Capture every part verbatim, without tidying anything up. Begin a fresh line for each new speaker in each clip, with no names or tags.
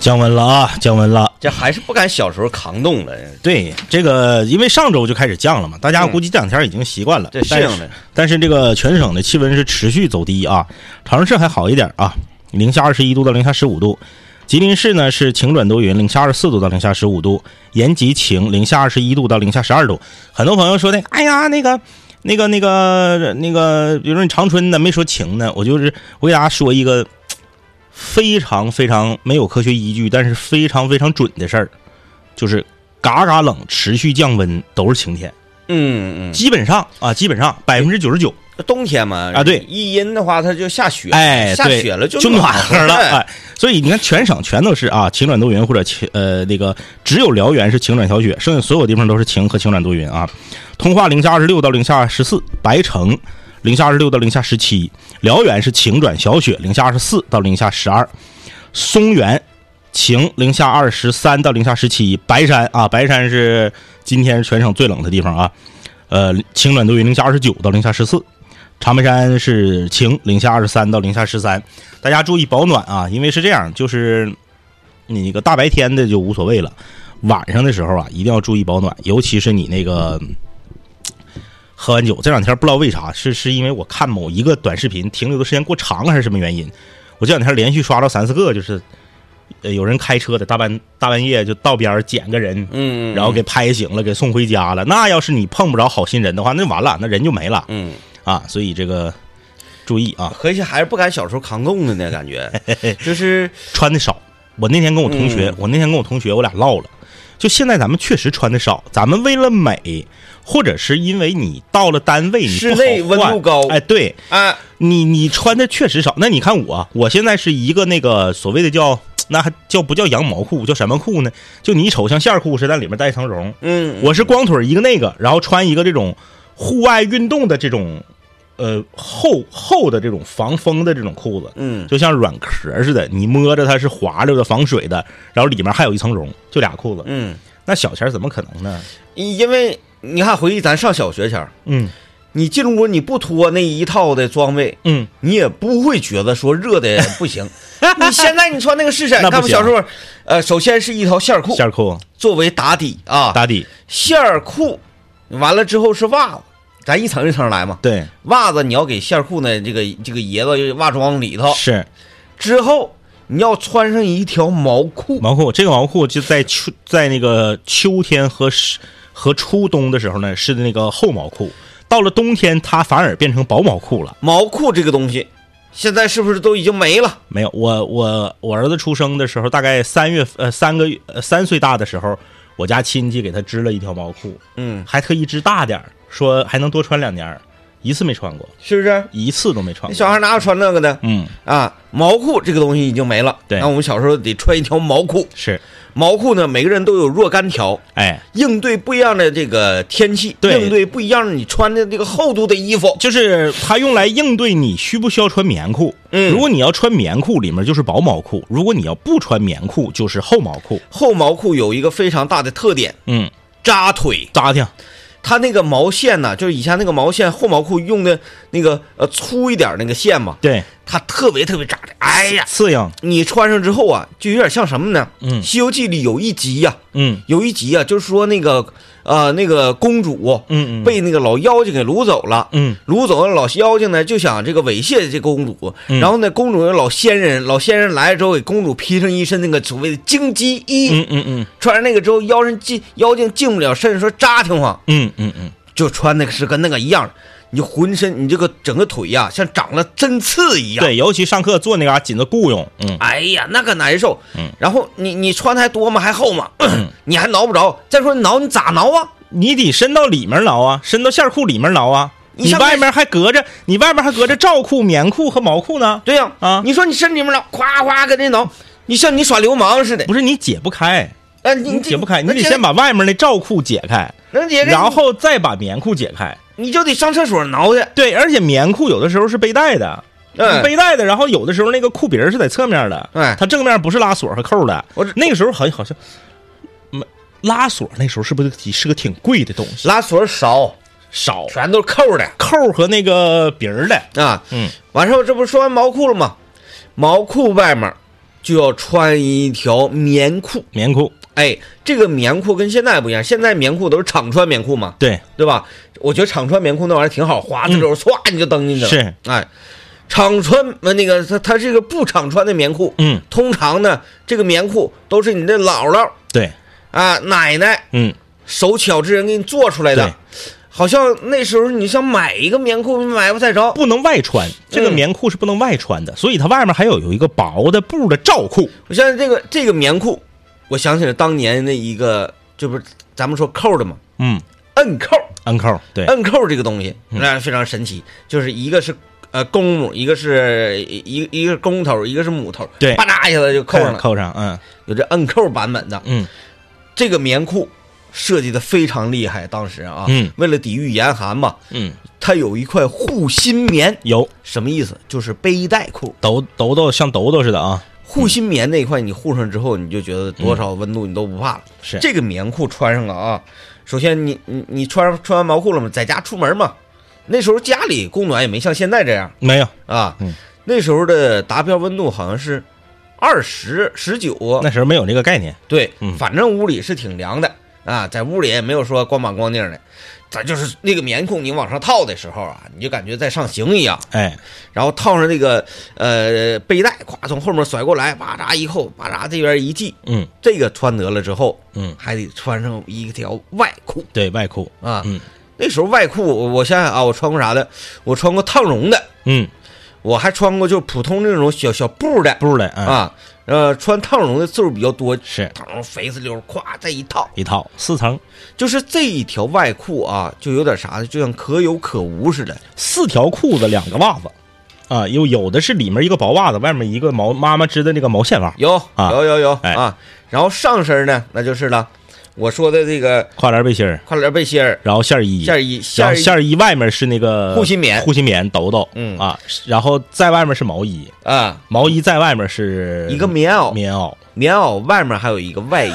降温了啊，降温了，
这还是不敢小时候扛冻了。
对，这个因为上周就开始降了嘛，大家估计这两天已经习惯了，
这适应了。
但是这个全省的气温是持续走低啊，长春市还好一点啊，零下二十一度到零下十五度。吉林市呢是晴转多云，零下二十四度到零下十五度，延吉晴，零下二十一度到零下十二度。很多朋友说那个，哎呀，那个、那个、那个、那个，比如说你长春的没说晴呢，我就是我给大家说一个非常非常没有科学依据，但是非常非常准的事儿，就是嘎嘎冷，持续降温都是晴天。
嗯嗯，
基本上啊，基本上百分之九十九。
冬天嘛
啊，对，
一阴的话它就下雪，
哎，
下雪了就
就暖和了，哎，所以你看全省全都是啊晴转多云或者晴呃那个只有辽源是晴转小雪，剩下所有地方都是晴和晴转多云啊。通化零下二十六到零下十四，白城零下二十六到零下十七，辽源是晴转小雪，零下二十四到零下十二，松原晴零下二十三到零下十七，白山啊白山是今天全省最冷的地方啊，呃晴转多云零下二十九到零下十四。长白山是晴，零下二十三到零下十三，大家注意保暖啊！因为是这样，就是你那个大白天的就无所谓了，晚上的时候啊，一定要注意保暖，尤其是你那个喝完酒，这两天不知道为啥，是是因为我看某一个短视频停留的时间过长，还是什么原因？我这两天连续刷到三四个，就是呃有人开车的大半大半夜就道边捡个人，
嗯，
然后给拍醒了，给送回家了。那要是你碰不着好心人的话，那完了，那人就没了。
嗯。
啊，所以这个注意啊，
合计还是不敢小时候扛冻的呢，感觉就是
穿的少。我那天跟我同学，嗯、我那天跟我同学，我俩唠了，就现在咱们确实穿的少，咱们为了美，或者是因为你到了单位，你
室内温度高，
哎，对，
啊，
你你穿的确实少。那你看我，我现在是一个那个所谓的叫那还叫不叫羊毛裤，叫什么裤呢？就你一瞅像线裤似的，里面带一层绒。
嗯，
我是光腿一个那个，然后穿一个这种户外运动的这种。呃，厚厚的这种防风的这种裤子，
嗯，
就像软壳似的，你摸着它是滑溜的、防水的，然后里面还有一层绒，就俩裤子，
嗯，
那小钱怎么可能呢？
因为你看，回忆咱上小学前，
嗯，
你进屋你不脱那一套的装备，
嗯，
你也不会觉得说热的不行。你现在你穿那个试衫，看我小时候，呃，首先是一条线裤，
线裤
作为打底啊，
打底，
线裤完了之后是袜子。咱一层一层来嘛，
对，
袜子你要给线裤呢，这个这个爷子袜装里头
是，
之后你要穿上一条毛裤，
毛裤这个毛裤就在秋在那个秋天和和初冬的时候呢是那个厚毛裤，到了冬天它反而变成薄毛裤了。
毛裤这个东西现在是不是都已经没了？
没有，我我我儿子出生的时候，大概三月呃三个月呃三岁大的时候，我家亲戚给他织了一条毛裤，
嗯，
还特意织大点儿。说还能多穿两年，一次没穿过，
是不是？
一次都没穿过。
小孩哪有穿那个的？
嗯
啊，毛裤这个东西已经没了。
对，
那我们小时候得穿一条毛裤。
是
毛裤呢，每个人都有若干条，
哎，
应对不一样的这个天气，
对，
应对不一样的你穿的这个厚度的衣服，
就是它用来应对你需不需要穿棉裤。
嗯，
如果你要穿棉裤，里面就是薄毛裤；如果你要不穿棉裤，就是厚毛裤。
厚毛裤有一个非常大的特点，
嗯，
扎腿，
扎挺。
它那个毛线呢，就是以前那个毛线厚毛裤用的那个呃粗一点那个线嘛，
对，
它特别特别扎的，哎呀，
刺痒。
你穿上之后啊，就有点像什么呢？
嗯，《
西游记》里有一集呀、啊，
嗯，
有一集啊，就是说那个呃那个公主，
嗯嗯，
被那个老妖精给掳走了，
嗯，
掳走了老妖精呢，就想这个猥亵这个公主，
嗯、
然后呢，公主有老仙人，老仙人来了之后给公主披上一身那个所谓的荆棘衣，
嗯嗯嗯，
穿上那个之后，妖人进妖精进不了身，说扎挺慌，
嗯嗯嗯。
就穿那个是跟那个一样，你浑身你这个整个腿呀、啊，像长了针刺一样。
对，尤其上课坐那嘎紧着雇佣，嗯，
哎呀，那个难受。
嗯，
然后你你穿的还多吗？还厚吗？嗯、你还挠不着。再说挠你咋挠啊？
你得伸到里面挠啊，伸到线裤里面挠啊。你外面还隔着，你外面还隔着罩裤、棉裤和毛裤呢。
对呀、
啊，啊，
你说你伸里面挠，夸夸跟这挠，你像你耍流氓似的。
不是你解不开。
啊，你,
你解不开，你得先把外面那罩裤解开，
能解开，
然后再把棉裤解开，
你就得上厕所挠去。
对，而且棉裤有的时候是背带的，
嗯，
背带的，然后有的时候那个裤鼻是在侧面的，
哎，
它正面不是拉锁和扣的。
我
那个时候好像好像，拉锁那时候是不是是个挺贵的东西？
拉锁少
少，
全都是扣的，
扣和那个鼻儿的
啊。
嗯，
完事后这不说完毛裤了吗？毛裤外面就要穿一条棉裤。
棉裤，
哎，这个棉裤跟现在不一样，现在棉裤都是厂穿棉裤嘛，
对
对吧？我觉得厂穿棉裤那玩意儿挺好，滑的时候唰你就蹬进去了。
是，
哎，厂穿那个它它是个不厂穿的棉裤，
嗯，
通常呢这个棉裤都是你的姥姥
对
啊奶奶，
嗯，
手巧之人给你做出来的。好像那时候你想买一个棉裤买不太着，
不能外穿，这个棉裤是不能外穿的，嗯、所以它外面还有有一个薄的布的罩裤。
我想想这个这个棉裤，我想起了当年的一个，这不是咱们说扣的吗？
嗯，
摁扣，
摁扣，对，
摁扣这个东西那、嗯、非常神奇，就是一个是呃公母，一个是一一个公头，一个是母头，
对，
啪嗒一下子就扣上了，
扣上，嗯，
有这摁扣版本的，
嗯，
这个棉裤。设计的非常厉害，当时啊，
嗯，
为了抵御严寒嘛，
嗯，
它有一块护心棉，
有
什么意思？就是背带裤，
兜兜兜像兜兜似的啊。
护心棉那一块你护上之后，你就觉得多少温度你都不怕了。
嗯、是
这个棉裤穿上了啊，首先你你你穿上穿完毛裤了吗？在家出门嘛，那时候家里供暖也没像现在这样，
没有
啊，
嗯，
那时候的达标温度好像是二十十九，
那时候没有这个概念，
对，
嗯，
反正屋里是挺凉的。啊，在屋里也没有说光板光腚的，咱就是那个棉裤，你往上套的时候啊，你就感觉在上刑一样，
哎，
然后套上那个呃背带，咵从后面甩过来，叭扎一扣，叭扎这边一系，
嗯，
这个穿得了之后，
嗯，
还得穿上一条外裤，
对外裤
啊，
嗯，
那时候外裤我想想啊，我穿过啥的？我穿过烫绒的，
嗯，
我还穿过就普通那种小小布的
布的、
嗯、啊。呃，穿烫绒的次数比较多，
是
烫绒肥丝溜，咵再一套，
一套四层，
就是这一条外裤啊，就有点啥呢，就像可有可无似的。
四条裤子，两个袜子，啊，有有的是里面一个薄袜子，外面一个毛妈妈织的那个毛线袜，
有
啊，
有有有、
哎、
啊。然后上身呢，那就是了，我说的这个
跨栏背心儿，
跨栏背心儿，
然后线衣，
线衣，
然后线衣外面是那个
护心棉，
护心棉兜兜，
嗯
啊，然后在外面是毛衣
啊，
毛衣在外面是
一个棉袄，
棉袄，
棉袄外面还有一个外衣。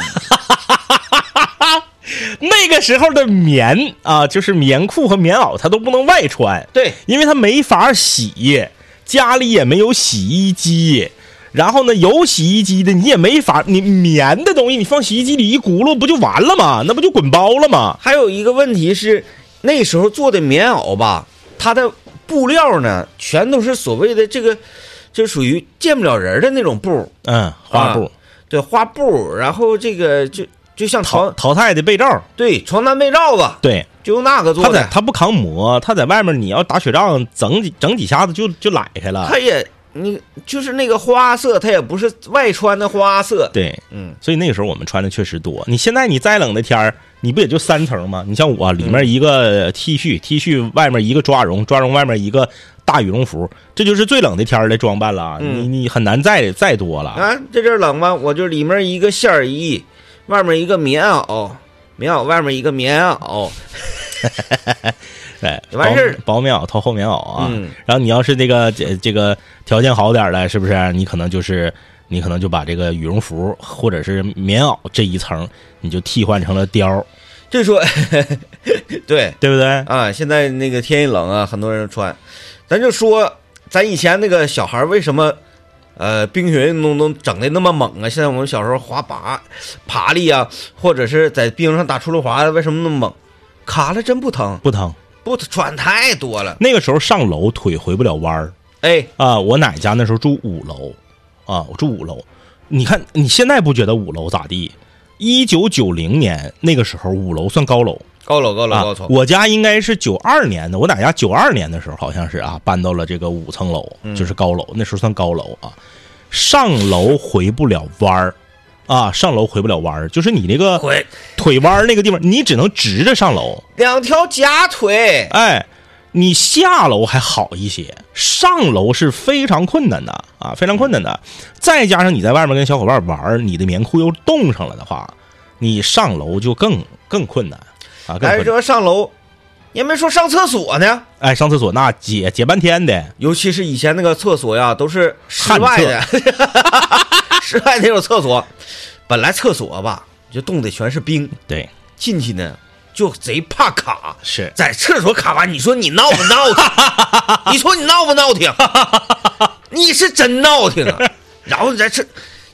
那个时候的棉啊，就是棉裤和棉袄，它都不能外穿，
对，
因为它没法洗，家里也没有洗衣机。然后呢，有洗衣机的你也没法，你棉的东西你放洗衣机里一轱辘不就完了吗？那不就滚包了吗？
还有一个问题是，那时候做的棉袄吧，它的布料呢，全都是所谓的这个，就属于见不了人的那种布，
嗯，花布，
啊、对，花布，然后这个就就像
淘淘汰的被罩，
对，床单被罩子，
对，
就用那个做的。
它在它不抗磨，它在外面你要打雪仗，整几整几下子就就来开了。
它也。你就是那个花色，它也不是外穿的花色，
对，
嗯，
所以那个时候我们穿的确实多。你现在你再冷的天儿，你不也就三层吗？你像我里面一个 T 恤、嗯、，T 恤外面一个抓绒，抓绒外面一个大羽绒服，这就是最冷的天儿的装扮了。
嗯、
你你很难再再多了
啊！这阵冷吗？我就里面一个线衣，外面一个棉袄，棉袄外面一个棉袄。
对，
完事儿，
薄棉袄套厚棉袄啊。
嗯，
然后你要是这个这这个条件好点的，是不是？你可能就是你可能就把这个羽绒服或者是棉袄这一层，你就替换成了貂。
这说，对
对不对
啊？现在那个天一冷啊，很多人穿。咱就说，咱以前那个小孩为什么呃冰雪运动都整的那么猛啊？现在我们小时候滑拔、爬犁啊，或者是在冰上打出溜滑，为什么那么猛？卡了真不疼，
不疼。
不穿太多了，
那个时候上楼腿回不了弯儿，
哎
啊，我奶家那时候住五楼，啊，我住五楼。你看你现在不觉得五楼咋地？一九九零年那个时候五楼算高楼，
高楼高楼高
层、啊。我家应该是九二年的，我奶家九二年的时候好像是啊，搬到了这个五层楼，就是高楼，那时候算高楼啊。上楼回不了弯儿。啊，上楼回不了弯儿，就是你那个腿弯那个地方，你只能直着上楼，
两条假腿。
哎，你下楼还好一些，上楼是非常困难的啊，非常困难的。再加上你在外面跟小伙伴玩，你的棉裤又冻上了的话，你上楼就更更困难啊。
还是说上楼，也没说上厕所呢？
哎，上厕所那解解半天的，
尤其是以前那个厕所呀，都是室外的。室外那种厕所，本来厕所吧就冻的全是冰，
对，
进去呢就贼怕卡，
是
在厕所卡完，你说你闹不闹挺？你说你闹不闹挺？你是真闹挺啊！然后你在厕，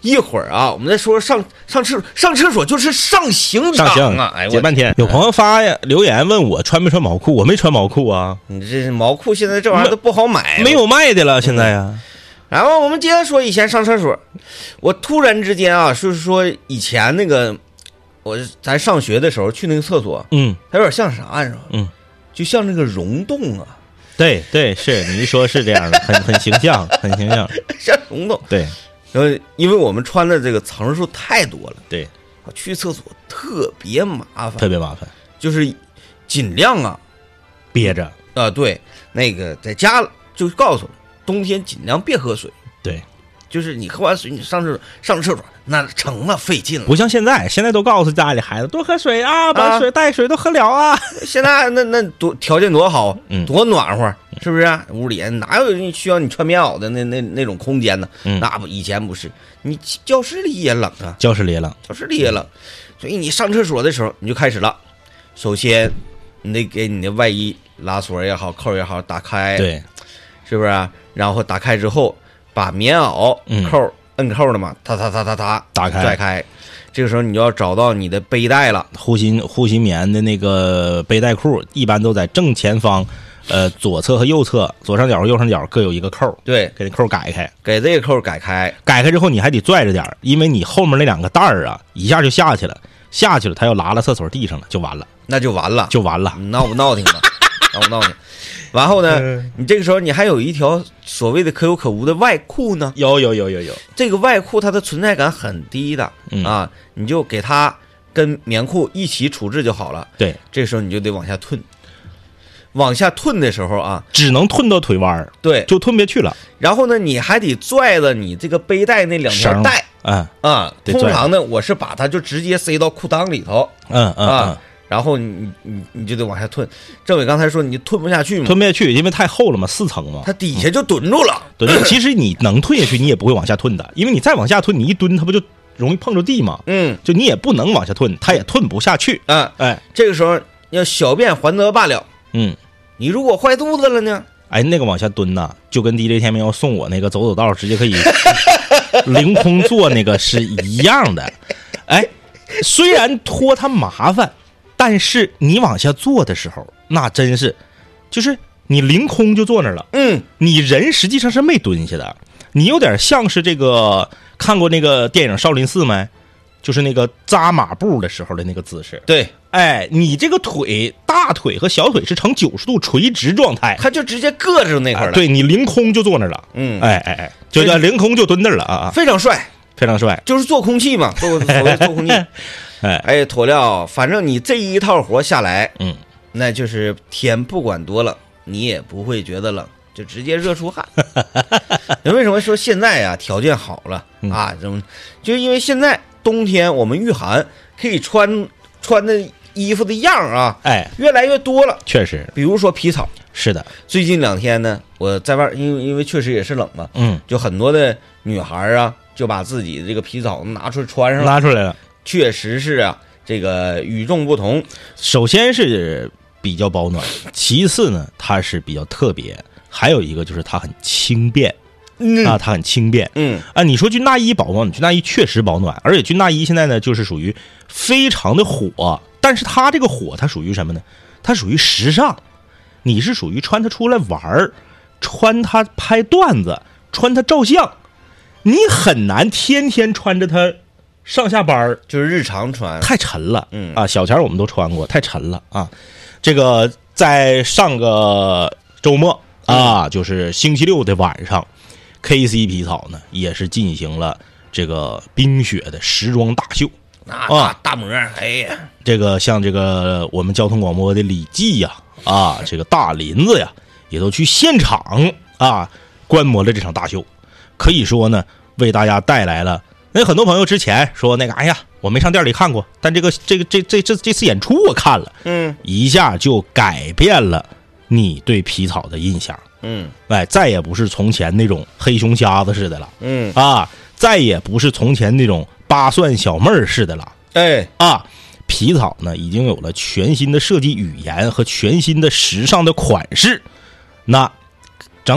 一会儿啊，我们再说上上厕上厕所就是上刑
上刑
啊！哎，
结半天。有朋友发呀留言问我穿没穿毛裤，我没穿毛裤啊。
你这毛裤现在这玩意儿都不好买，
没有卖的了，现在呀。
然后我们接着说以前上厕所，我突然之间啊，就是说以前那个我咱上学的时候去那个厕所，
嗯，
它有点像啥，你知道吗？
嗯，
就像那个溶洞啊。
对对，是你一说是这样的，很很形象，很形象，
像溶洞。
对，
然后因为我们穿的这个层数太多了，
对，
去厕所特别麻烦，
特别麻烦，
就是尽量啊
憋着
啊、呃，对，那个在家就告诉了，冬天尽量别喝水，
对。
就是你喝完水，你上厕所上厕所那成了费劲了，
不像现在，现在都告诉家里孩子多喝水啊，把水带水都喝了啊。
现在那那多条件多好，
嗯，
多暖和，是不是、啊？屋里哪有需要你穿棉袄的那那那种空间呢？
嗯，
那不以前不是，你教室里也冷啊，
教室里也冷，
教室里也冷，所以你上厕所的时候你就开始了。首先，你得给你的外衣拉锁也好，扣也好打开，
对，
是不是、啊？然后打开之后。把棉袄扣摁扣的嘛，哒哒哒哒哒
打开
拽开，这个时候你就要找到你的背带了。
护心护心棉的那个背带裤，一般都在正前方，呃，左侧和右侧，左上角和右上角各有一个扣。
对，
给那扣改开，
给这个扣改开，
改开之后你还得拽着点，因为你后面那两个带儿啊，一下就下去了，下去了，它要拉到厕所地上了，就完了，
那就完了，
就完了，
闹不闹挺吧，闹不闹挺。然后呢，你这个时候你还有一条所谓的可有可无的外裤呢？
有有有有有，
这个外裤它的存在感很低的、
嗯、
啊，你就给它跟棉裤一起处置就好了。
对，
这时候你就得往下褪，往下褪的时候啊，
只能褪到腿弯儿，
对，
就褪不下去了。
然后呢，你还得拽着你这个背带那两条带，
嗯
啊，通常呢，我是把它就直接塞到裤裆里头，
嗯嗯
啊。
嗯
然后你你你就得往下褪，政委刚才说你吞不下去嘛，
吞不下去，因为太厚了嘛，四层嘛，
它底下就蹲住了。
对，其实你能吞下去，你也不会往下吞的，因为你再往下吞，你一蹲，它不就容易碰着地嘛？
嗯，
就你也不能往下吞，它也吞不下去
啊。
哎，
这个时候要小便还则罢了，
嗯，
你如果坏肚子了呢？
哎，那个往下蹲呐，就跟 D J 天明要送我那个走走道直接可以凌空做那个是一样的。哎，虽然拖它麻烦。但是你往下坐的时候，那真是，就是你凌空就坐那儿了，
嗯，
你人实际上是没蹲下的，你有点像是这个看过那个电影《少林寺》没？就是那个扎马步的时候的那个姿势。
对，
哎，你这个腿大腿和小腿是呈九十度垂直状态，
它就直接硌着那块了、
啊。对你凌空就坐那儿了，
嗯，
哎哎哎，就叫凌空就蹲那儿了啊，
非常帅，
非常帅，
就是做空气嘛，做所谓做空气。
哎
哎，妥料，反正你这一套活下来，
嗯，
那就是天不管多冷，你也不会觉得冷，就直接热出汗。为什么说现在啊条件好了啊？这种就因为现在冬天我们御寒可以穿穿的衣服的样啊，
哎，
越来越多了。
确实，
比如说皮草，
是的，
最近两天呢，我在外，因为因为确实也是冷嘛，
嗯，
就很多的女孩啊，就把自己的这个皮草拿出来穿上了，
拿出来了。
确实是啊，这个与众不同。
首先是比较保暖，其次呢，它是比较特别，还有一个就是它很轻便。
嗯
啊，它很轻便。
嗯
啊，你说军大衣保暖，军大衣确实保暖，而且军大衣现在呢，就是属于非常的火，但是它这个火，它属于什么呢？它属于时尚。你是属于穿它出来玩儿，穿它拍段子，穿它照相，你很难天天穿着它上下班，
就是日常穿，
太沉了。
嗯
啊，小前我们都穿过，太沉了啊。这个在上个周末啊，就是星期六的晚上。K C 皮草呢，也是进行了这个冰雪的时装大秀
啊，大大模，哎呀，
这个像这个我们交通广播的李记呀，啊，这个大林子呀，也都去现场啊观摩了这场大秀，可以说呢，为大家带来了。那很多朋友之前说那个，哎呀，我没上店里看过，但这个这个这这这这次演出我看了，
嗯，
一下就改变了你对皮草的印象。
嗯，
哎，再也不是从前那种黑熊瞎子似的了，
嗯
啊，再也不是从前那种八蒜小妹儿似的了，
哎
啊，皮草呢已经有了全新的设计语言和全新的时尚的款式，那正好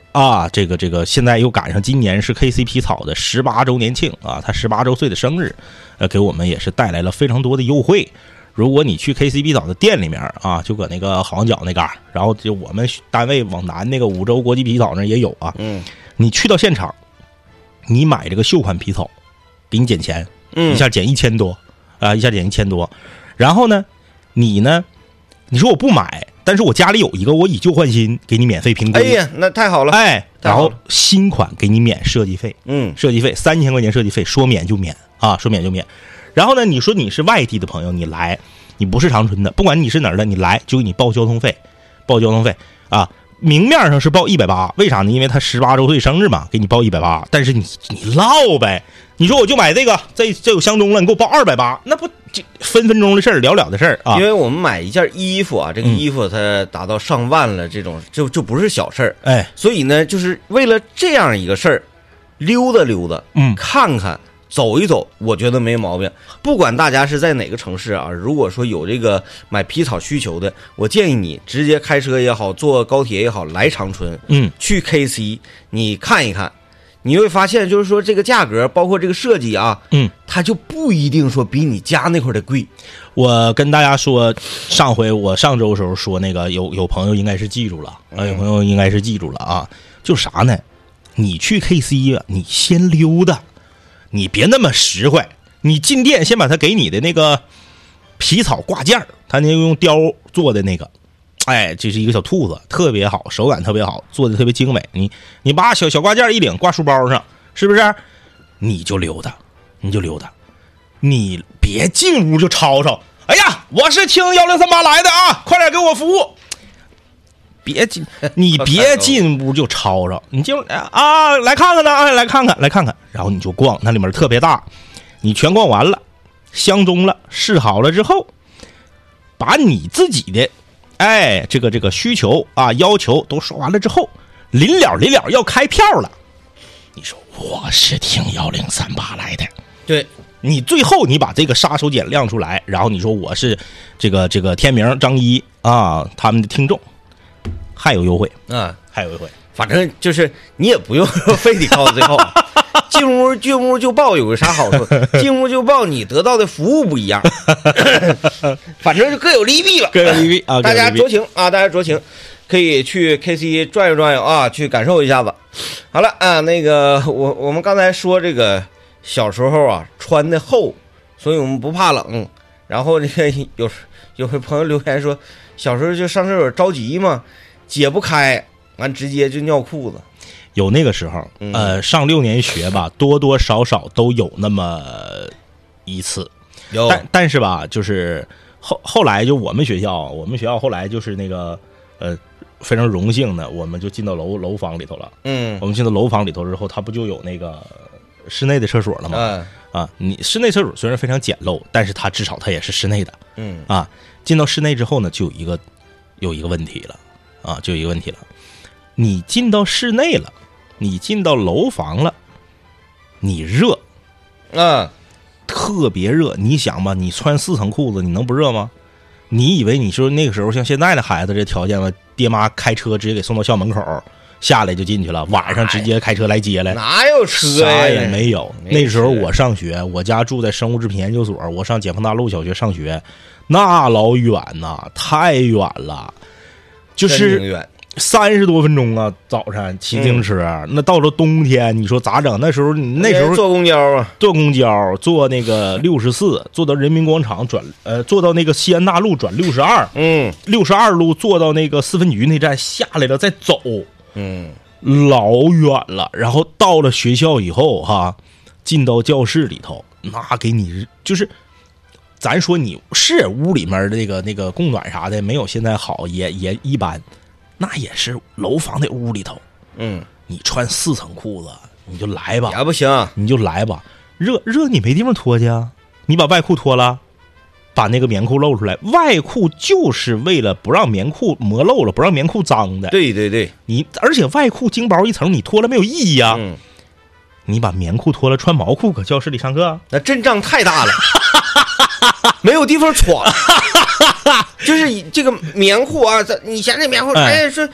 啊，这个这个现在又赶上今年是 K C 皮草的十八周年庆啊，他十八周岁的生日，呃，给我们也是带来了非常多的优惠。如果你去 K C 皮草的店里面啊，就搁那个好望角那嘎，然后就我们单位往南那个五洲国际皮草那也有啊。
嗯，
你去到现场，你买这个秀款皮草，给你减钱，
嗯，
一下减一千多啊、呃，一下减一千多。然后呢，你呢，你说我不买。但是我家里有一个，我以旧换新，给你免费评估。
哎呀，那太好了！
哎，然后新款给你免设计费，
嗯，
设计费三千块钱设计费，说免就免啊，说免就免。然后呢，你说你是外地的朋友，你来，你不是长春的，不管你是哪儿的，你来就给你报交通费，报交通费啊。明面上是报一百八，为啥呢？因为他十八周岁生日嘛，给你报一百八。但是你你唠呗，你说我就买这个，这这有相中了，你给我报二百八，那不这分分钟的事儿，了了的事儿啊。
因为我们买一件衣服啊，这个衣服它达到上万了，这种就就不是小事儿。
哎，
所以呢，就是为了这样一个事儿，溜达溜达，
嗯，
看看。走一走，我觉得没毛病。不管大家是在哪个城市啊，如果说有这个买皮草需求的，我建议你直接开车也好，坐高铁也好，来长春，
嗯，
去 K C， 你看一看，你会发现，就是说这个价格，包括这个设计啊，
嗯，
它就不一定说比你家那块的贵。
我跟大家说，上回我上周的时候说那个有有朋友应该是记住了，啊，有朋友应该是记住了啊，就是啥呢？你去 K C 啊，你先溜达。你别那么实惠，你进店先把它给你的那个皮草挂件儿，他那用雕做的那个，哎，这是一个小兔子，特别好，手感特别好，做的特别精美。你你把小小挂件一领挂书包上，是不是？你就溜达，你就溜达，你别进屋就吵吵。哎呀，我是听幺零三八来的啊，快点给我服务。别进，你别进屋就吵吵，你就啊来看看呢，哎来看看来看看，然后你就逛，那里面特别大，你全逛完了，相中了，试好了之后，把你自己的哎这个这个需求啊要求都说完了之后，临了临了要开票了，你说我是听幺零三八来的，
对。
你最后你把这个杀手锏亮出来，然后你说我是这个这个天明张一啊他们的听众。还有优惠
啊，
还有优惠，
反正就是你也不用非得靠最后，进屋进屋就报有个啥好处？进屋就报你得到的服务不一样，反正各有利弊吧，
各有利弊啊，
大家酌情啊，大家酌情，可以去 K C 转悠转悠啊，去感受一下子。好了啊，那个我我们刚才说这个小时候啊穿的厚，所以我们不怕冷。然后这个有有位朋友留言说，小时候就上厕所着急嘛。解不开，完直接就尿裤子。
有那个时候，呃，上六年学吧，多多少少都有那么一次。
有，
但但是吧，就是后后来就我们学校，我们学校后来就是那个呃非常荣幸的，我们就进到楼楼房里头了。
嗯，
我们进到楼房里头之后，它不就有那个室内的厕所了吗？
嗯、
啊，你室内厕所虽然非常简陋，但是它至少它也是室内的。
嗯，
啊，进到室内之后呢，就有一个有一个问题了。啊，就有一个问题了，你进到室内了，你进到楼房了，你热，
啊，
特别热。你想吧，你穿四层裤子，你能不热吗？你以为你说那个时候像现在的孩子这条件吗？爹妈开车直接给送到校门口，下来就进去了，晚上直接开车来接来，
哪有车呀？
啥也没有。那时候我上学，我家住在生物制品研究所，我上解放大路小学上学，那老远呐，太远了。就是三十多分钟啊，早晨骑自行车、嗯，那到了冬天，你说咋整？那时候你那时候
坐公交啊，
坐公交，坐那个六十四，坐到人民广场转，呃，坐到那个西安大路转六十二，
嗯，
六十二路坐到那个四分局那站下来了再走，
嗯，
老远了。然后到了学校以后哈，进到教室里头，那给你就是。咱说你是屋里面的那个那个供暖啥的没有现在好，也也一般，那也是楼房的屋里头。
嗯，
你穿四层裤子，你就来吧，
也不行，
你就来吧。热热你没地方脱去啊，你把外裤脱了，把那个棉裤露出来。外裤就是为了不让棉裤磨漏了，不让棉裤脏的。
对对对，
你而且外裤精薄一层，你脱了没有意义啊。
嗯，
你把棉裤脱了，穿毛裤搁教室里上课、啊，
那阵仗太大了。没有地方闯，就是这个棉裤啊，你嫌这棉裤，哎，说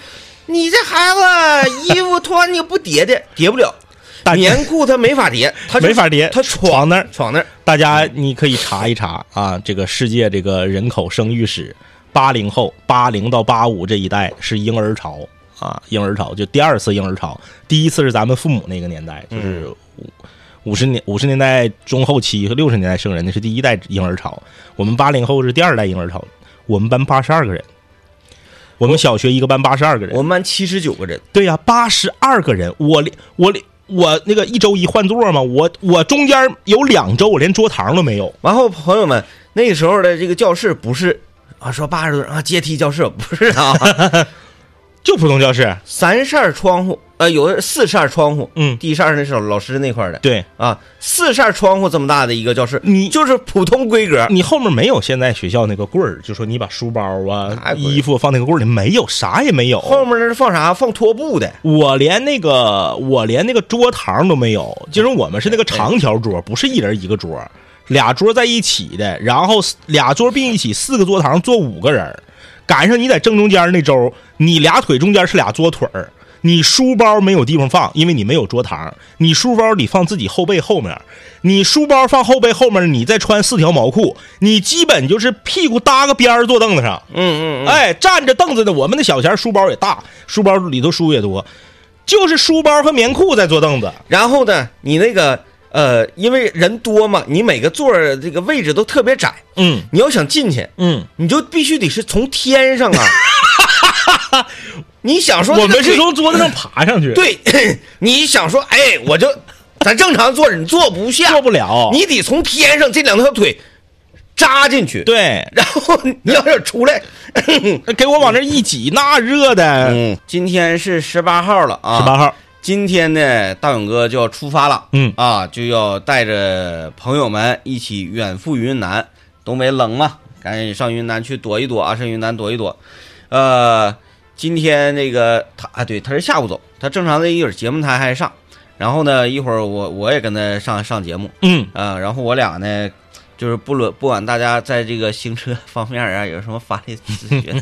你这孩子衣服脱完你不叠叠，叠不了。棉裤它没法叠，它
没法叠，
它
闯那儿，
闯那儿。
大家你可以查一查啊，这个世界这个人口生育史，八零后，八零到八五这一代是婴儿潮啊，婴儿潮就第二次婴儿潮，第一次是咱们父母那个年代，就是五十年五十年代中后期和六十年代生人，那是第一代婴儿潮。我们八零后是第二代婴儿潮，我们班八十二个人。我们小学一个班八十二个人，
我们班七十九个人。
对呀、啊，八十二个人，我我我那个一周一换座嘛，我我中间有两周我连桌堂都没有。
然后朋友们，那个时候的这个教室不是啊，说八十多人啊，阶梯教室不是啊，
就普通教室，
三扇窗户，呃，有四扇窗户，
嗯，
第一扇是老师那块的，
对
啊，四扇窗户这么大的一个教室，
你
就是普通规格，
你后面没有现在学校那个柜儿，就说你把书包啊、衣服放那个柜里，没有，啥也没有。
后面那是放啥？放拖布的。
我连那个我连那个桌堂都没有，就是我们是那个长条桌，不是一人一个桌，俩桌在一起的，然后俩桌并一起，四个桌堂坐五个人。赶上你在正中间那周，你俩腿中间是俩桌腿儿，你书包没有地方放，因为你没有桌堂，你书包里放自己后背后面，你书包放后背后面，你再穿四条毛裤，你基本就是屁股搭个边儿坐凳子上，
嗯嗯嗯，
哎，站着凳子的，我们的小前书包也大，书包里头书也多，就是书包和棉裤在坐凳子。
然后呢，你那个呃，因为人多嘛，你每个座儿这个位置都特别窄，
嗯，
你要想进去，
嗯，
你就必须得是从天上啊。你想说
我们是从桌子上爬上去，
对，你想说，哎，我就咱正常坐着，你坐不下，
做不了，
你得从天上这两条腿扎进去，
对，
然后你要是出来，
给我往这一挤，那热的。
嗯，今天是十八号了啊，
十八号，
今天呢，大勇哥就要出发了，
嗯
啊，就要带着朋友们一起远赴云南。东北冷嘛，赶紧上云南去躲一躲啊，上云南躲一躲。呃，今天那个他啊，对，他是下午走，他正常的一会儿节目他还上，然后呢，一会儿我我也跟他上上节目，
嗯
啊，然后我俩呢，就是不论不管大家在这个行车方面啊有什么法律咨询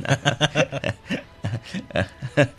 的，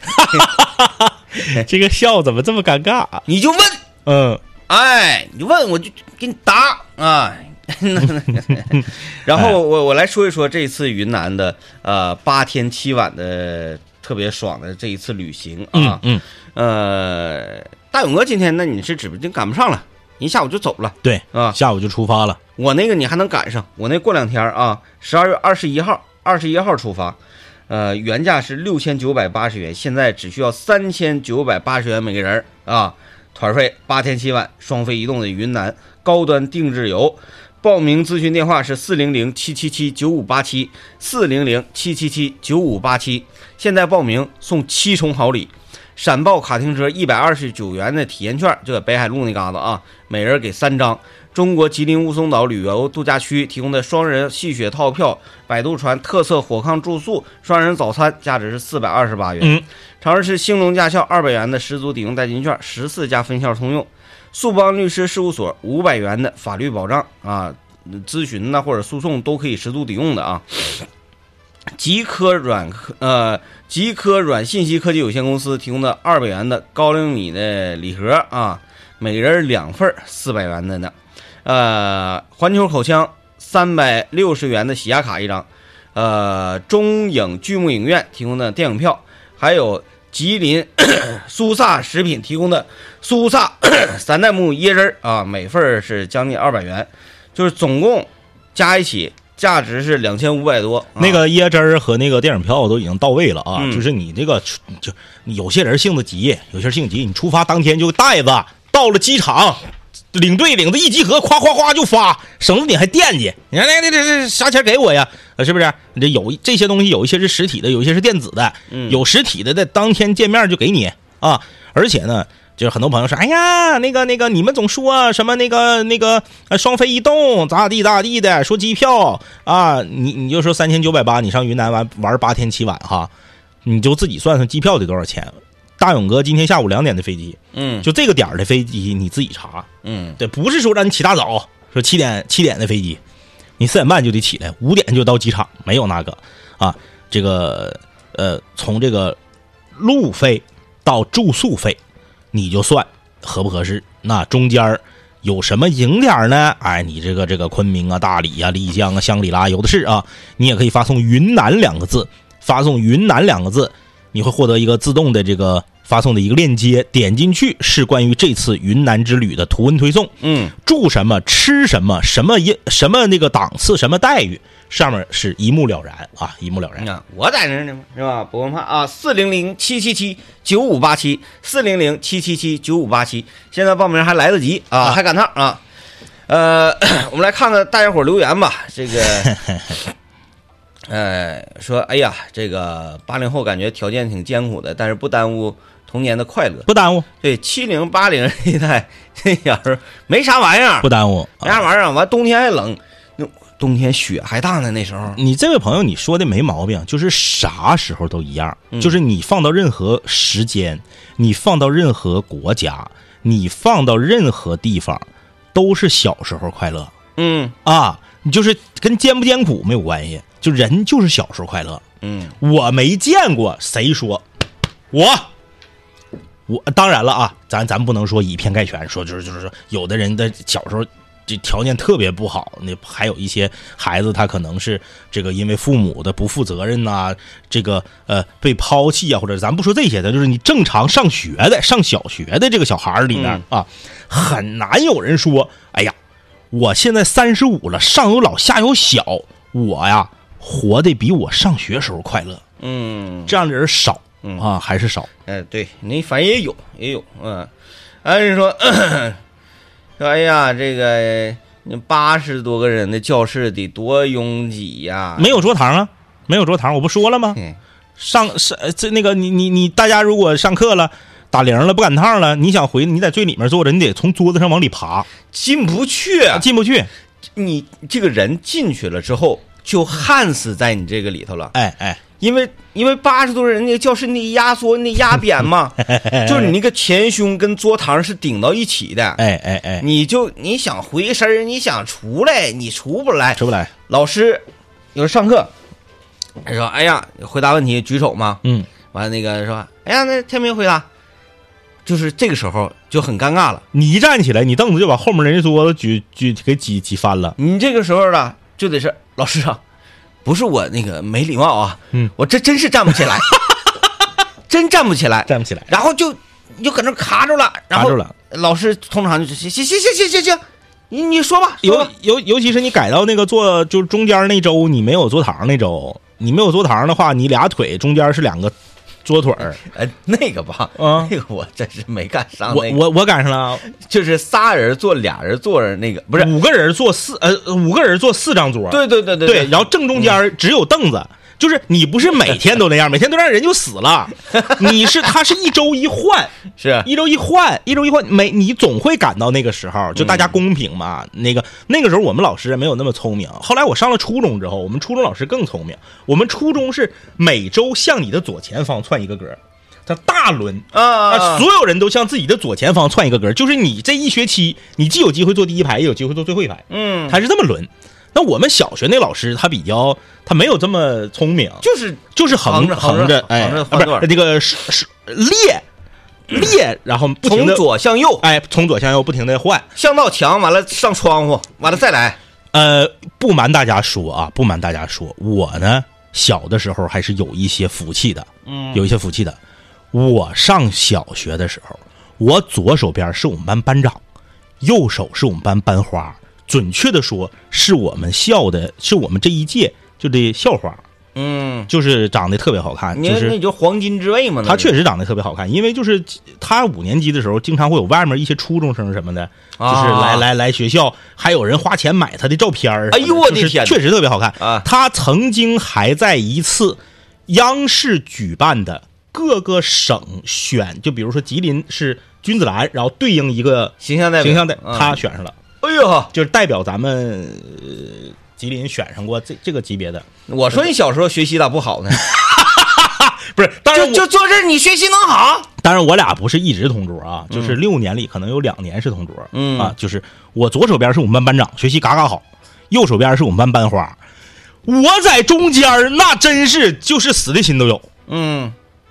这个笑怎么这么尴尬？
你就问，
嗯，
哎，你问我就给你答啊。然后我我来说一说这次云南的呃八天七晚的特别爽的这一次旅行啊，
嗯，
呃，大勇哥今天那你是指不定赶不上了，你下午就走了，
对
啊，
下午就出发了。
我那个你还能赶上，我那过两天啊，十二月二十一号，二十一号出发，呃，原价是六千九百八十元，现在只需要三千九百八十元每个人啊，团费八天七晚，双飞移动的云南高端定制游。报名咨询电话是四零零七七七九五八七，四零零七七七九五八七。现在报名送七重好礼，闪豹卡丁车一百二十九元的体验券，就在北海路那嘎达啊，每人给三张。中国吉林雾凇岛旅游度假区提供的双人戏雪套票，摆渡船特色火炕住宿，双人早餐，价值是四百二十八元。
嗯，
长春市兴隆驾校二百元的十足抵用代金券，十四家分校通用。速邦律师事务所五百元的法律保障啊，咨询呢或者诉讼都可以十足抵用的啊。极科软科呃极科软信息科技有限公司提供的二百元的高粱米的礼盒啊，每人两份，四百元的呢。呃，环球口腔三百六十元的喜牙卡一张，呃，中影剧目影院提供的电影票，还有吉林苏萨食品提供的苏萨三代目椰汁啊，每份是将近二百元，就是总共加一起价值是两千五百多。啊、
那个椰汁儿和那个电影票都已经到位了啊，
嗯、
就是你这个就有些人性子急，有些人性子急，你出发当天就带子到了机场。领队领子一集合，夸夸夸就发，省得你还惦记。你看那那这这啥钱给我呀？是不是？这有这些东西，有一些是实体的，有一些是电子的。
嗯，
有实体的，在当天见面就给你啊。而且呢，就是很多朋友说，哎呀，那个那个，你们总说什么那个那个呃双飞移动咋地咋地的，说机票啊，你你就说三千九百八，你上云南玩玩八天七晚哈，你就自己算算机票得多少钱。大勇哥今天下午两点的飞机，
嗯，
就这个点儿的飞机你自己查，
嗯，
对，不是说让你起大早，说七点七点的飞机，你四点半就得起来，五点就到机场，没有那个啊，这个呃，从这个路费到住宿费，你就算合不合适。那中间有什么景点呢？哎，你这个这个昆明啊、大理啊、丽江啊、香格里拉有的是啊。你也可以发送云南两个字，发送云南两个字，你会获得一个自动的这个发送的一个链接，点进去是关于这次云南之旅的图文推送。
嗯，
住什么、吃什么、什么什么那个档次、什么待遇，上面是一目了然啊，一目了然。
啊，我在那儿呢嘛，是吧？不用怕啊，四零零七七七九五八七，四零零七七七九五八七，现在报名还来得及啊，还赶趟啊。呃，我们来看看大家伙留言吧。这个，呃，说，哎呀，这个八零后感觉条件挺艰苦的，但是不耽误童年的快乐，
不耽误。
对，七零八零一代这小时候没啥玩意儿，
不耽误，
没啥玩意儿。完，冬天还冷。冬天雪还大呢，那时候。
你这位朋友你说的没毛病，就是啥时候都一样，
嗯、
就是你放到任何时间，你放到任何国家，你放到任何地方，都是小时候快乐。
嗯
啊，你就是跟艰不艰苦没有关系，就人就是小时候快乐。
嗯，
我没见过谁说我。我当然了啊，咱咱不能说以偏概全，说就是就是说，有的人的小时候这条件特别不好，那还有一些孩子他可能是这个因为父母的不负责任呐、啊，这个呃被抛弃啊，或者咱不说这些的，就是你正常上学的上小学的这个小孩里面、嗯、啊，很难有人说，哎呀，我现在三十五了，上有老下有小，我呀活得比我上学时候快乐。
嗯，
这样的人少。
嗯
啊，还是少。
哎，对你反正也有也有，嗯，还是说咳咳说，哎呀，这个你八十多个人的教室得多拥挤呀！
没有桌堂啊，没有桌堂，我不说了吗？
嗯、
上上这那个你你你大家如果上课了，打铃了，不赶趟了，你想回，你在最里面坐着，你得从桌子上往里爬，
进不去，
进不去。
你这个人进去了之后，就焊死在你这个里头了。
哎哎。
因为因为八十多人那个教室你压缩你压扁嘛，就是你那个前胸跟桌堂是顶到一起的，
哎哎哎，
你就你想回身你想出来你出不来，
出不来。
老师有时上课，说哎呀回答问题举手嘛，
嗯，
完了那个说哎呀那天明回答，就是这个时候就很尴尬了。
你一站起来，你凳子就把后面人家桌子举举给挤挤翻了。
你这个时候呢就得是老师啊。不是我那个没礼貌啊，
嗯，
我这真是站不起来，真站不起来，
站不起来，
然后就就搁那卡住了，然后
卡住了。
老师通常就行行行行行行行，你你说吧，说吧
尤尤尤其是你改到那个坐就是中间那周，你没有坐堂那周，你没有坐堂的话，你俩腿中间是两个桌腿儿，
哎，那个吧，
啊，
那个我真是没赶上、
那个。我我我赶上了，
就是仨人坐，俩人坐着那个，不是
五个人坐四呃五个人坐四张桌，
对对对对
对，然后正中间只有凳子。嗯就是你不是每天都那样，每天都让人就死了。你是他是一周一换，
是
一周一换，一周一换，每你总会赶到那个时候，就大家公平嘛。嗯、那个那个时候我们老师没有那么聪明。后来我上了初中之后，我们初中老师更聪明。我们初中是每周向你的左前方窜一个格，它大轮啊，所有人都向自己的左前方窜一个格，就是你这一学期你既有机会坐第一排，也有机会坐最后一排。
嗯，
他是这么轮。那我们小学那老师他比较他没有这么聪明，
就是
就是横
着
横着哎，
横着
不是这个是是列列，然后不停
从左向右，
哎，从左向右不停的换，
向到墙，完了上窗户，完了再来。
呃，不瞒大家说啊，不瞒大家说，我呢小的时候还是有一些福气的，
嗯，
有一些福气的。我上小学的时候，我左手边是我们班班长，右手是我们班班花。准确的说，是我们校的，是我们这一届就的校花，
嗯，
就是长得特别好看，就是
那就黄金之位嘛。
他确实长得特别好看，因为就是他五年级的时候，经常会有外面一些初中生什么的，
啊、
就是来来来学校，还有人花钱买他的照片。
哎呦我的天，
确实特别好看
啊！
他曾经还在一次央视举办的各个省选，就比如说吉林是君子兰，然后对应一个
形象代表，
形象代
嗯、
他选上了。
哎呦，
就是代表咱们、呃、吉林选上过这这个级别的。
我说你小时候学习咋不好呢？
不是，当然
就就做这你学习能好？
当然我俩不是一直同桌啊，就是六年里可能有两年是同桌。
嗯
啊，就是我左手边是我们班班长，学习嘎嘎好，右手边是我们班班花，我在中间那真是就是死的心都有。
嗯。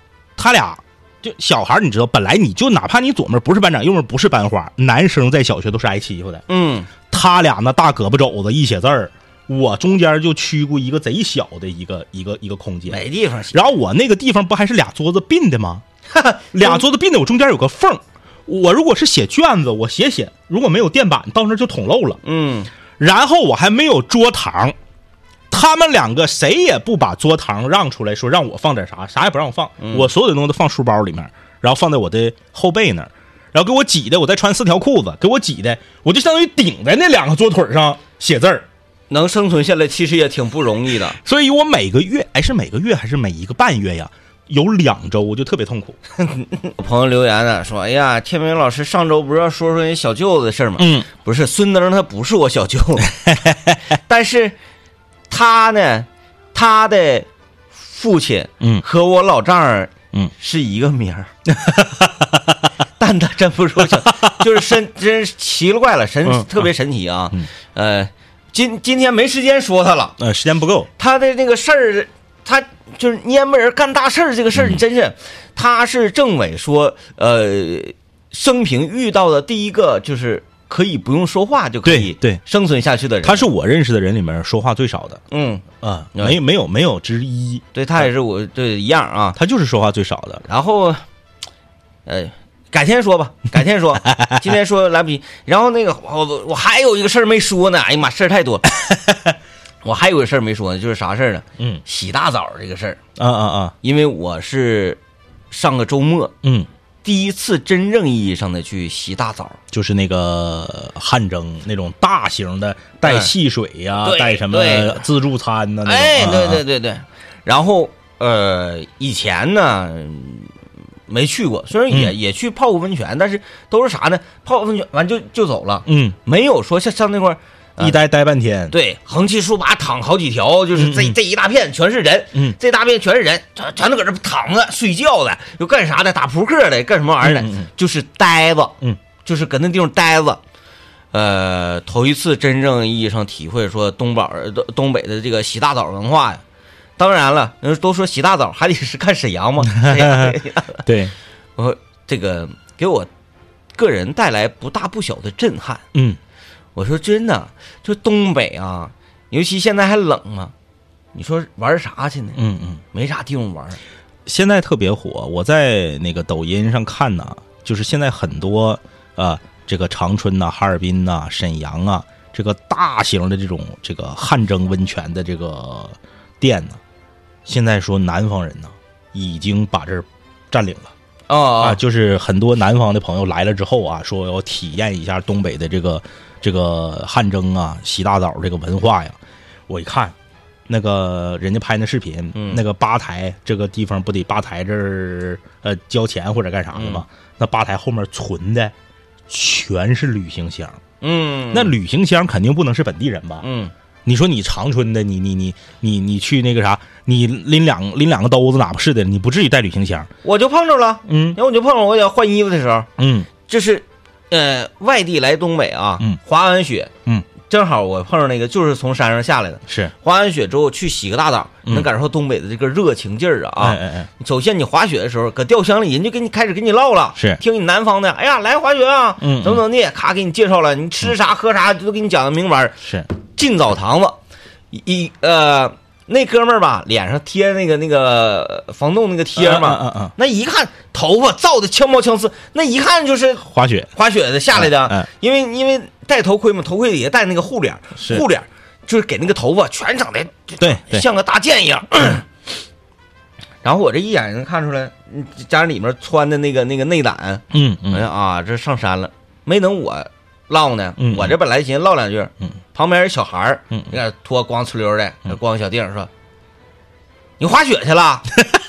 他俩就小孩，你知道，本来你就哪怕你左面不是班长，右面不是班花，男生在小学都是挨欺负的。
嗯，
他俩那大胳膊肘子一写字儿，我中间就屈过一个贼小的一个一个一个空间，
没地方写。
然后我那个地方不还是俩桌子并的吗？俩桌子并的，我中间有个缝。我如果是写卷子，我写写，如果没有垫板，到那就捅漏了。
嗯，
然后我还没有桌堂，他们两个谁也不把桌堂让出来，说让我放点啥，啥也不让我放。
嗯、
我所有的东西都放书包里面，然后放在我的后背那儿，然后给我挤的，我再穿四条裤子，给我挤的，我就相当于顶在那两个桌腿上写字儿。
能生存下来其实也挺不容易的。
所以我每个月，哎，是每个月还是每一个半月呀？有两周我就特别痛苦。
有朋友留言呢，说：“哎呀，天明老师上周不是要说说人小舅子的事吗？”
嗯，
不是，孙登他不是我小舅子，但是他呢，他的父亲
嗯
和我老丈人
嗯
是一个名儿，但他真不是我小，就是神真是奇了怪了，神、
嗯、
特别神奇啊。
嗯、
呃，今今天没时间说他了，
呃，时间不够，
他的那个事儿。他就是蔫巴人干大事儿，这个事儿你真是，嗯、他是政委说，呃，生平遇到的第一个就是可以不用说话就可以
对
生存下去的人。
他是我认识的人里面说话最少的，
嗯
啊，没没有没有之一。
对他也是我对一样啊，
他就是说话最少的。
然后，呃，改天说吧，改天说，今天说来不及。然后那个我我还有一个事儿没说呢，哎呀妈，事儿太多。我还有个事儿没说呢，就是啥事儿呢？
嗯，
洗大澡这个事儿。
啊啊啊！
因为我是上个周末，
嗯，
第一次真正意义上的去洗大澡，
就是那个汗蒸那种大型的，带汽水呀、
嗯，
带什么自助餐呢？
哎，对对对对。然后呃，以前呢没去过，虽然也、嗯、也去泡过温泉，但是都是啥呢？泡温泉完就就走了，
嗯，
没有说像像那块儿。
一待待半天，
对，横七竖八躺好几条，就是这、嗯、这一大片全是人，
嗯，
这大片全是人，全全都搁这躺着睡觉的，又干啥的，打扑克的，干什么玩意儿的、
嗯嗯，
就是呆子，
嗯，
就是搁那地方呆子。呃，头一次真正意义上体会说东北东北的这个洗大澡文化呀。当然了，都说洗大澡还得是看沈阳嘛，
对，
我这个给我个人带来不大不小的震撼，
嗯。
我说真的，就东北啊，尤其现在还冷嘛，你说玩啥去呢？
嗯嗯，
没啥地方玩。
现在特别火，我在那个抖音上看呢，就是现在很多啊、呃，这个长春呐、啊、哈尔滨呐、啊、沈阳啊，这个大型的这种这个汗蒸温泉的这个店呢，现在说南方人呢已经把这儿占领了。
哦、oh,
啊，就是很多南方的朋友来了之后啊，说要体验一下东北的这个这个汗蒸啊、洗大澡这个文化呀。我一看，那个人家拍那视频，
嗯、
那个吧台这个地方不得吧台这儿呃交钱或者干啥的吗？嗯、那吧台后面存的全是旅行箱，
嗯，
那旅行箱肯定不能是本地人吧？
嗯。
你说你长春的，你你你你你去那个啥，你拎两拎两个兜子，哪不是的？你不至于带旅行箱。
我就碰着了，
嗯，
然后我就碰着我要换衣服的时候，
嗯，
就是呃外地来东北啊，
嗯，
滑完雪，
嗯，
正好我碰上那个就是从山上下来的，
是
滑完雪之后去洗个大澡，
嗯、
能感受到东北的这个热情劲儿啊！
哎哎哎，
首先你滑雪的时候，搁吊箱里人就给你开始给你唠了，
是
听你南方的，哎呀来滑雪啊，
嗯，
怎么怎么地，咔给你介绍了，你吃啥喝啥都给你讲的明白。
是
进澡堂子。一呃，那哥们儿吧，脸上贴那个那个防冻那个贴嘛，
嗯嗯嗯，
那一看头发造的枪毛枪刺，那一看就是
滑雪
滑雪的下来的，
嗯嗯、
因为因为戴头盔嘛，头盔底下戴那个护脸，护脸就是给那个头发全整的
对
像个大剑一样。然后我这一眼能看出来，加上里面穿的那个那个内胆，
嗯嗯，
哎呀啊，这上山了，没等我唠呢，
嗯、
我这本来寻思唠两句，
嗯。
旁边小孩儿，
嗯，
你看脱光呲溜的，光个小腚说：“你滑雪去了？”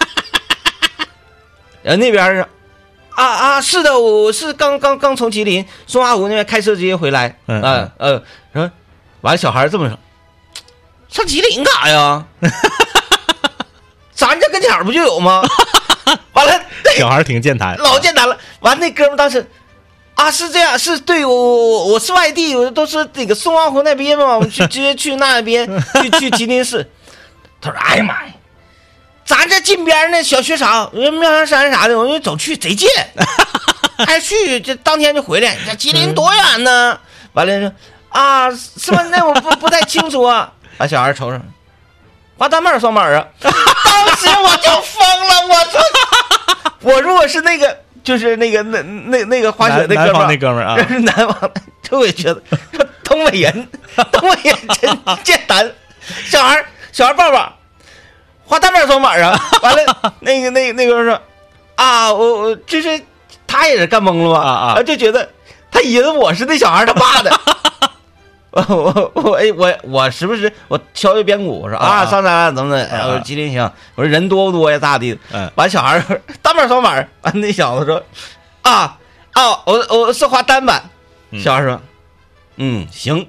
然后那边是啊啊，是的，我是刚刚刚从吉林松花湖那边开车直接回来，
嗯
嗯呃，然后完了小孩这么说：“上吉林干啥呀？咱这跟前不就有吗？”完了，
小孩挺健谈，
老健谈了。完了那哥们当时。啊，是这样，是对我我我是外地，我都是那个松花湖那边嘛，我们去直接去那边去去吉林市。他说：“哎呀妈呀， 咱这近边那小雪场，妙香山啥的，我就走去贼近，还去这当天就回来。这吉林多远呢？完了说啊，是吧？那我不不太清楚啊。把小孩瞅瞅，滑单板双板啊！当时我就疯了，我说，我如果是那个，就是那个那那那个滑雪那哥们儿，
那哥们儿啊，
这是南方的，就会觉得说东北人，东北人真简单。小孩小孩抱抱。滑单板双板啊！完了，那个那个那个人说啊，我我就是他也是干懵了吧？
啊啊，
就觉得他以为我是那小孩他爸的。我我我哎我我时不时我敲一边鼓，我说啊上山怎么的？哎，我说吉林行，我说人多不多呀？咋地？
嗯，
完小孩单板双板，完那小子说啊啊，我我是滑单板。小孩说嗯行。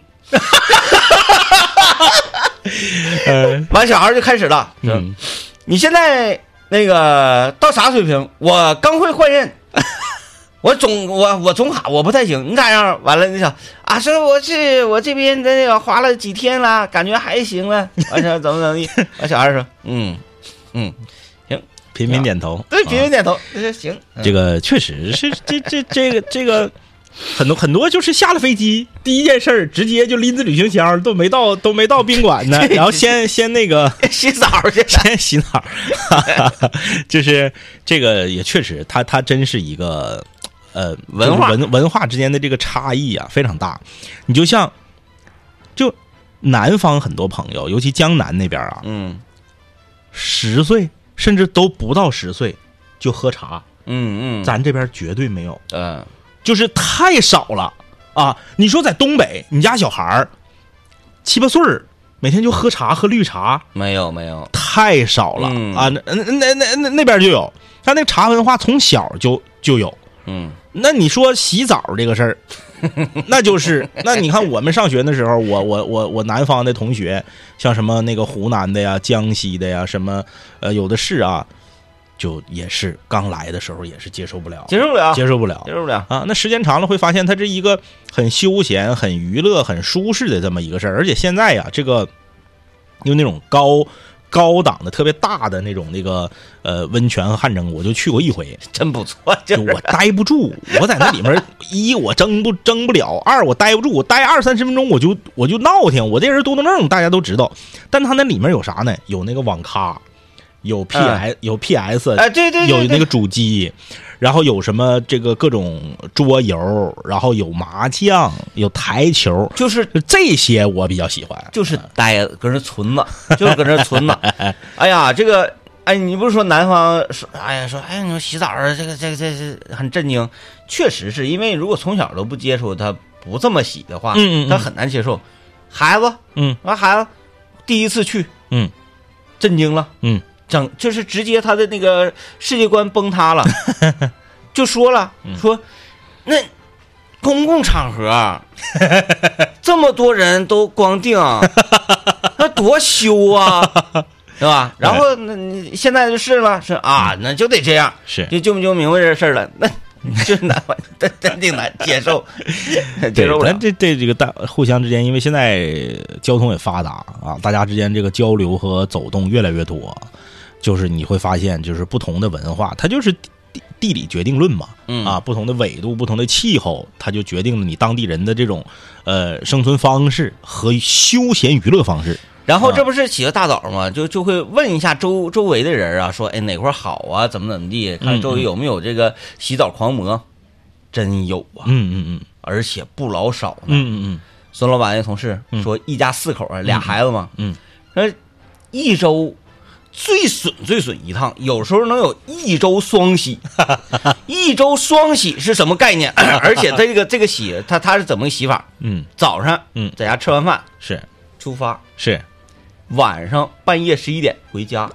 嗯，
完小孩就开始了，
嗯，
你现在那个到啥水平？我刚会换刃，我总我我总卡我不太行，你咋样？完了，你想啊，说我是我这边的那个滑了几天了，感觉还行了。完事怎么怎么地？完小孩说，嗯嗯，行，
频频点头，
对，频频点头，说行。
这个确实是这这这个这个。很多很多就是下了飞机，第一件事儿直接就拎着旅行箱，都没到都没到宾馆呢，然后先先那个
洗澡去，
先洗澡，就是这个也确实，它它真是一个呃
文化
文文化之间的这个差异啊非常大。你就像就南方很多朋友，尤其江南那边啊，
嗯，
十岁甚至都不到十岁就喝茶，
嗯嗯，
咱这边绝对没有，
嗯。呃
就是太少了啊！你说在东北，你家小孩儿七八岁儿，每天就喝茶喝绿茶，
没有没有，
太少了、
嗯、
啊！那那那那那边就有，他那茶文化从小就就有。
嗯，
那你说洗澡这个事儿，那就是那你看我们上学的时候，我我我我南方的同学，像什么那个湖南的呀、江西的呀，什么呃有的是啊。就也是刚来的时候也是接受不了，
接受不了，
接受不了，
接受不了
啊！那时间长了会发现，它是一个很休闲、很娱乐、很舒适的这么一个事儿。而且现在呀，这个用那种高高档的、特别大的那种那个呃温泉和汗蒸，我就去过一回，
真不错。就
我待不住，我在那里面一我蒸不蒸不了，二我待不住，我待二三十分钟我就我就闹挺。我这人多动症，大家都知道，但它那里面有啥呢？有那个网咖。有 P S、嗯、有 P S，
哎，对 对, 对，
有那个主机，然后有什么这个各种桌游，然后有麻将，有台球，
就是
这些我比较喜欢，
就是待搁那存着，就是搁那存着。哎呀，这个，哎，你不是说南方说，哎呀，说，哎，你说洗澡这个这个这是很震惊，确实是因为如果从小都不接触，他不这么洗的话，
嗯嗯嗯
他很难接受。孩子，
嗯，
完孩子第一次去，
嗯，
震惊了，
嗯。
整就是直接他的那个世界观崩塌了，就说了说，那公共场合这么多人都光腚，那多羞啊，对吧？然后那你现在就是了，是啊，那就得这样，
是
就就就明白这事儿了，那就是难，真真挺难接受，接受不了。
这这这个大互相之间，因为现在交通也发达啊，大家之间这个交流和走动越来越多。就是你会发现，就是不同的文化，它就是地地理决定论嘛，
嗯
啊，不同的纬度、不同的气候，它就决定了你当地人的这种呃生存方式和休闲娱乐方式。
然后这不是洗个大澡吗？就就会问一下周周围的人啊，说哎哪块好啊，怎么怎么地，看周围有没有这个洗澡狂魔，真有啊，
嗯嗯嗯，
而且不老少呢。
嗯嗯嗯，
孙老板那同事说，一家四口啊，俩孩子嘛，
嗯，
说一周。最损最损一趟，有时候能有一周双洗。一周双洗是什么概念？而且这个这个洗，它它是怎么个洗法？
嗯，
早上
嗯
在家吃完饭
是
出发，
是
晚上半夜十一点回家，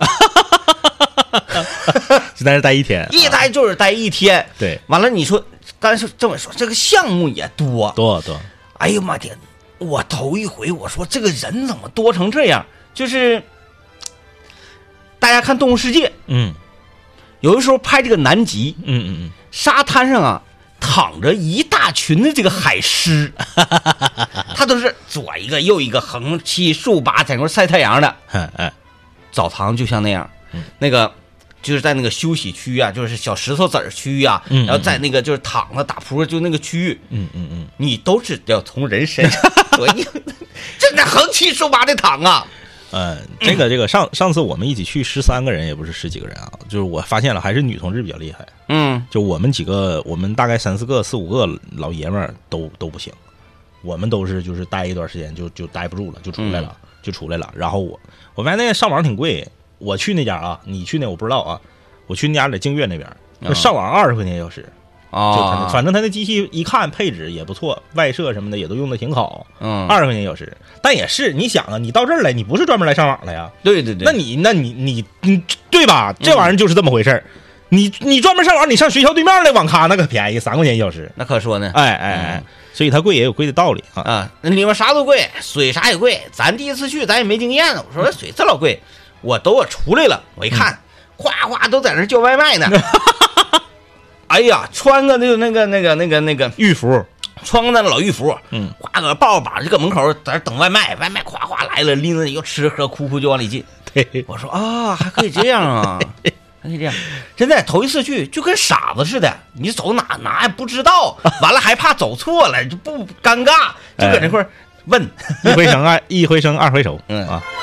就在这待一天，
一待就是待一天。
对，
完了你说，刚才说这么说，这个项目也多
多多。
哎呦妈天！我头一回我说这个人怎么多成这样？就是。大家看《动物世界》，
嗯，
有的时候拍这个南极，
嗯嗯嗯，
沙滩上啊躺着一大群的这个海狮，它都是左一个右一个横七竖八在那块晒太阳的。
哎，
澡堂就像那样， 那个就是在那个休息区啊，就是小石头子儿区啊，
嗯嗯
然后在那个就是躺着打扑克就那个区域，
嗯嗯嗯，
你都是要从人身上，我你这那横七竖八的躺啊。
呃，这个这个上上次我们一起去十三个人，也不是十几个人啊，就是我发现了还是女同志比较厉害。
嗯，
就我们几个，我们大概三四个、四五个老爷们儿都都不行，我们都是就是待一段时间就就待不住了，就出来了，嗯、就出来了。然后我我发现那个上网挺贵，我去那家啊，你去那我不知道啊，我去那家在净月那边，那上网二十块钱一小时。
啊，
就他反正他那机器一看配置也不错，外设什么的也都用的挺好，
嗯，
二十块钱一小时。但也是你想啊，你到这儿来，你不是专门来上网的呀？
对对对，
那你那你你你对吧？这玩意儿就是这么回事儿。你你专门上网，你上学校对面的网咖那可便宜，三块钱一小时，
那可说呢。
哎哎哎，所以它贵也有贵的道理啊
啊！那里面啥都贵，水啥也贵。咱第一次去，咱也没经验，我说水这老贵，我等我出来了，我一看，哗哗都在那叫外卖呢。哎呀，穿个那个那个那个那个那个
浴服，
穿个那老浴服，
嗯，
哗个抱把就搁门口在那等外卖，外卖哗哗来了，拎着又吃喝，哭哭就往里进。
对，
我说啊，还可以这样啊，还可以这样，真的头一次去就跟傻子似的，你走哪哪也不知道，完了还怕走错了，就不尴尬，就搁那块问，
一回生二一回生二回熟，
嗯
啊。